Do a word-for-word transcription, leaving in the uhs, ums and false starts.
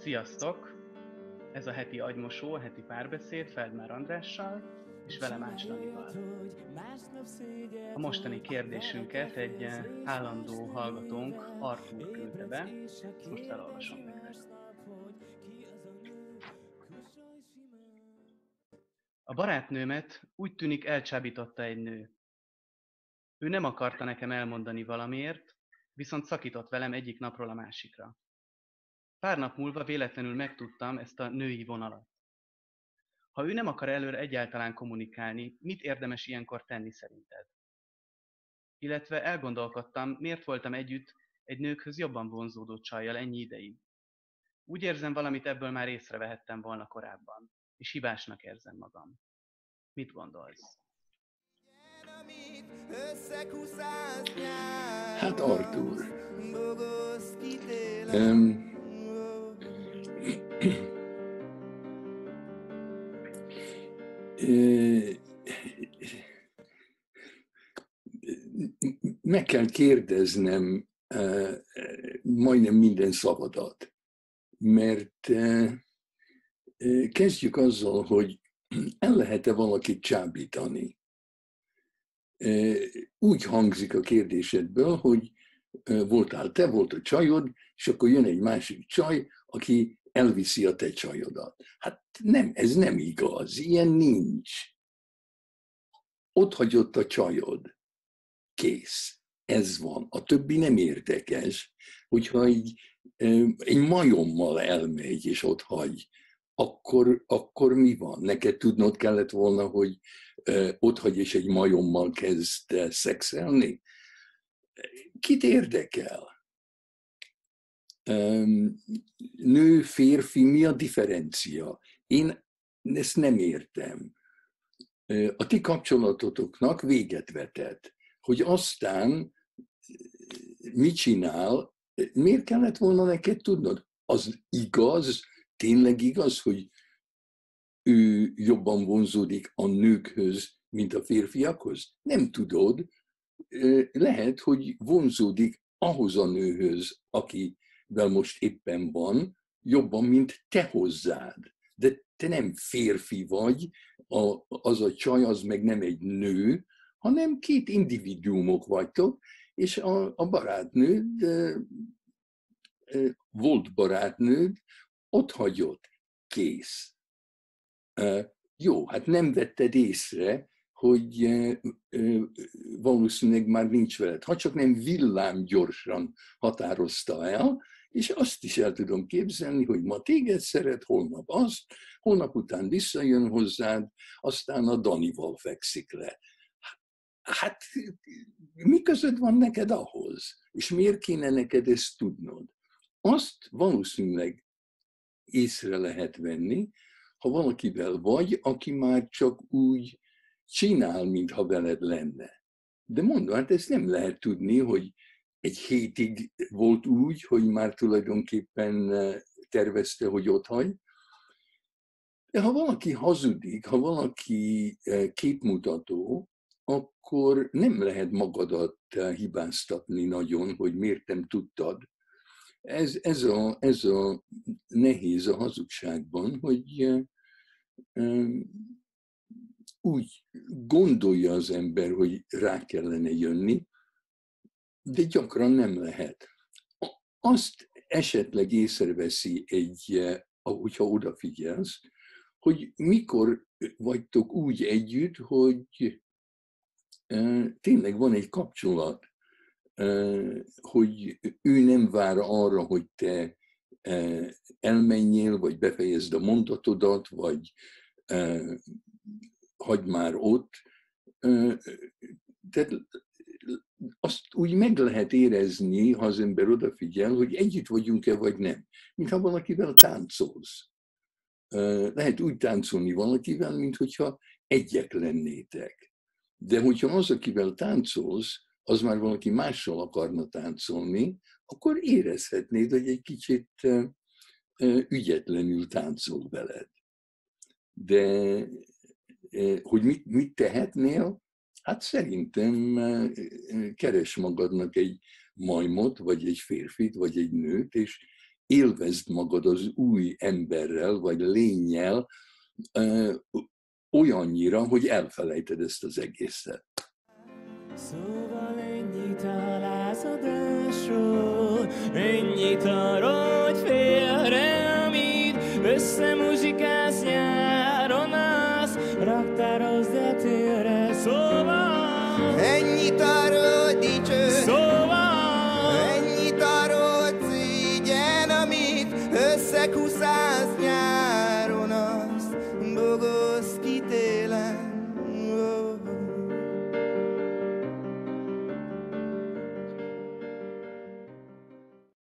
Sziasztok! Ez a heti agymosó, a heti párbeszéd Feldmár Andrással és velem Ács Danival. A mostani kérdésünket egy állandó hallgatónk, Artúr küldte be, ezt most felolvasom nektek. A barátnőmet úgy tűnik elcsábította egy nő. Ő nem akarta nekem elmondani valamiért, viszont szakított velem egyik napról a másikra. Pár nap múlva véletlenül megtudtam ezt a női vonalat. Ha ő nem akar előre egyáltalán kommunikálni, mit érdemes ilyenkor tenni szerinted? Illetve elgondolkodtam, miért voltam együtt egy nőkhöz jobban vonzódó csajjal ennyi ideig. Úgy érzem, valamit ebből már észrevehettem volna korábban, és hibásnak érzem magam. Mit gondolsz? Hát Artúr, um, meg kell kérdeznem uh, majdnem minden szavadat, mert uh, kezdjük azzal, hogy el lehet-e valakit csábítani. Úgy hangzik a kérdésedből, hogy voltál te, volt a csajod, és akkor jön egy másik csaj, aki elviszi a te csajodat. Hát nem, ez nem igaz, ilyen nincs. Ott hagyott a csajod. Kész. Ez van. A többi nem érdekes, hogyha egy, egy majommal elmegy, és ott hagy, akkor, akkor mi van? Neked tudnod kellett volna, hogy ott hagy és egy majommal kezd szexelni? Kit érdekel? Nő, férfi, mi a differencia? Én ezt nem értem. A ti kapcsolatotoknak véget vetett, hogy aztán mit csinál, miért kellett volna neked tudnod? Az igaz, tényleg igaz, hogy ő jobban vonzódik a nőkhöz, mint a férfiakhoz? Nem tudod. Lehet, hogy vonzódik ahhoz a nőhöz, akivel most éppen van, jobban, mint te hozzád. De te nem férfi vagy, az a csaj, az meg nem egy nő, hanem két individuumok vagytok, és a, a barátnőd, volt barátnőd, ott hagyott. Kész. Jó, hát nem vetted észre, hogy valószínűleg már nincs veled. Ha csak nem villámgyorsan határozta el, és azt is el tudom képzelni, hogy ma téged szeret, holnap azt, holnap után visszajön hozzád, aztán a Danival fekszik le. Hát mi között van neked ahhoz? És miért kéne neked ezt tudnod? Azt valószínűleg észre lehet venni, ha valakivel vagy, aki már csak úgy csinál, mintha veled lenne. De mondom, hát ezt nem lehet tudni, hogy egy hétig volt úgy, hogy már tulajdonképpen tervezte, hogy otthagy. De ha valaki hazudik, ha valaki képmutató, akkor nem lehet magadat hibáztatni nagyon, hogy miért nem tudtad. Ez, ez, a, ez a nehéz a hazugságban, hogy úgy gondolja az ember, hogy rá kellene jönni, de gyakran nem lehet. Azt esetleg észreveszi egy, ahogyha odafigyelsz, hogy mikor vagytok úgy együtt, hogy tényleg van egy kapcsolat, hogy ő nem vár arra, hogy te elmenjél, vagy befejezd a mondatodat, vagy hagyd már ott. Tehát azt úgy meg lehet érezni, ha az ember odafigyel, hogy együtt vagyunk-e, vagy nem. Mintha valakivel táncolsz. Lehet úgy táncolni valakivel, mint hogyha egyek lennétek. De hogyha az, akivel táncolsz, az már valaki mással akarna táncolni, akkor érezhetnéd, hogy egy kicsit ügyetlenül táncol veled. De hogy mit, mit tehetnél? Hát szerintem keres magadnak egy majmot, vagy egy férfit, vagy egy nőt, és élvezd magad az új emberrel, vagy lénnyel olyannyira, hogy elfelejted ezt az egészet. Szóval ennyit a lázadásról, ennyit arról, hogy félre, amit összemuzsikálsz nyáron, azt raktározd el tőle, szóval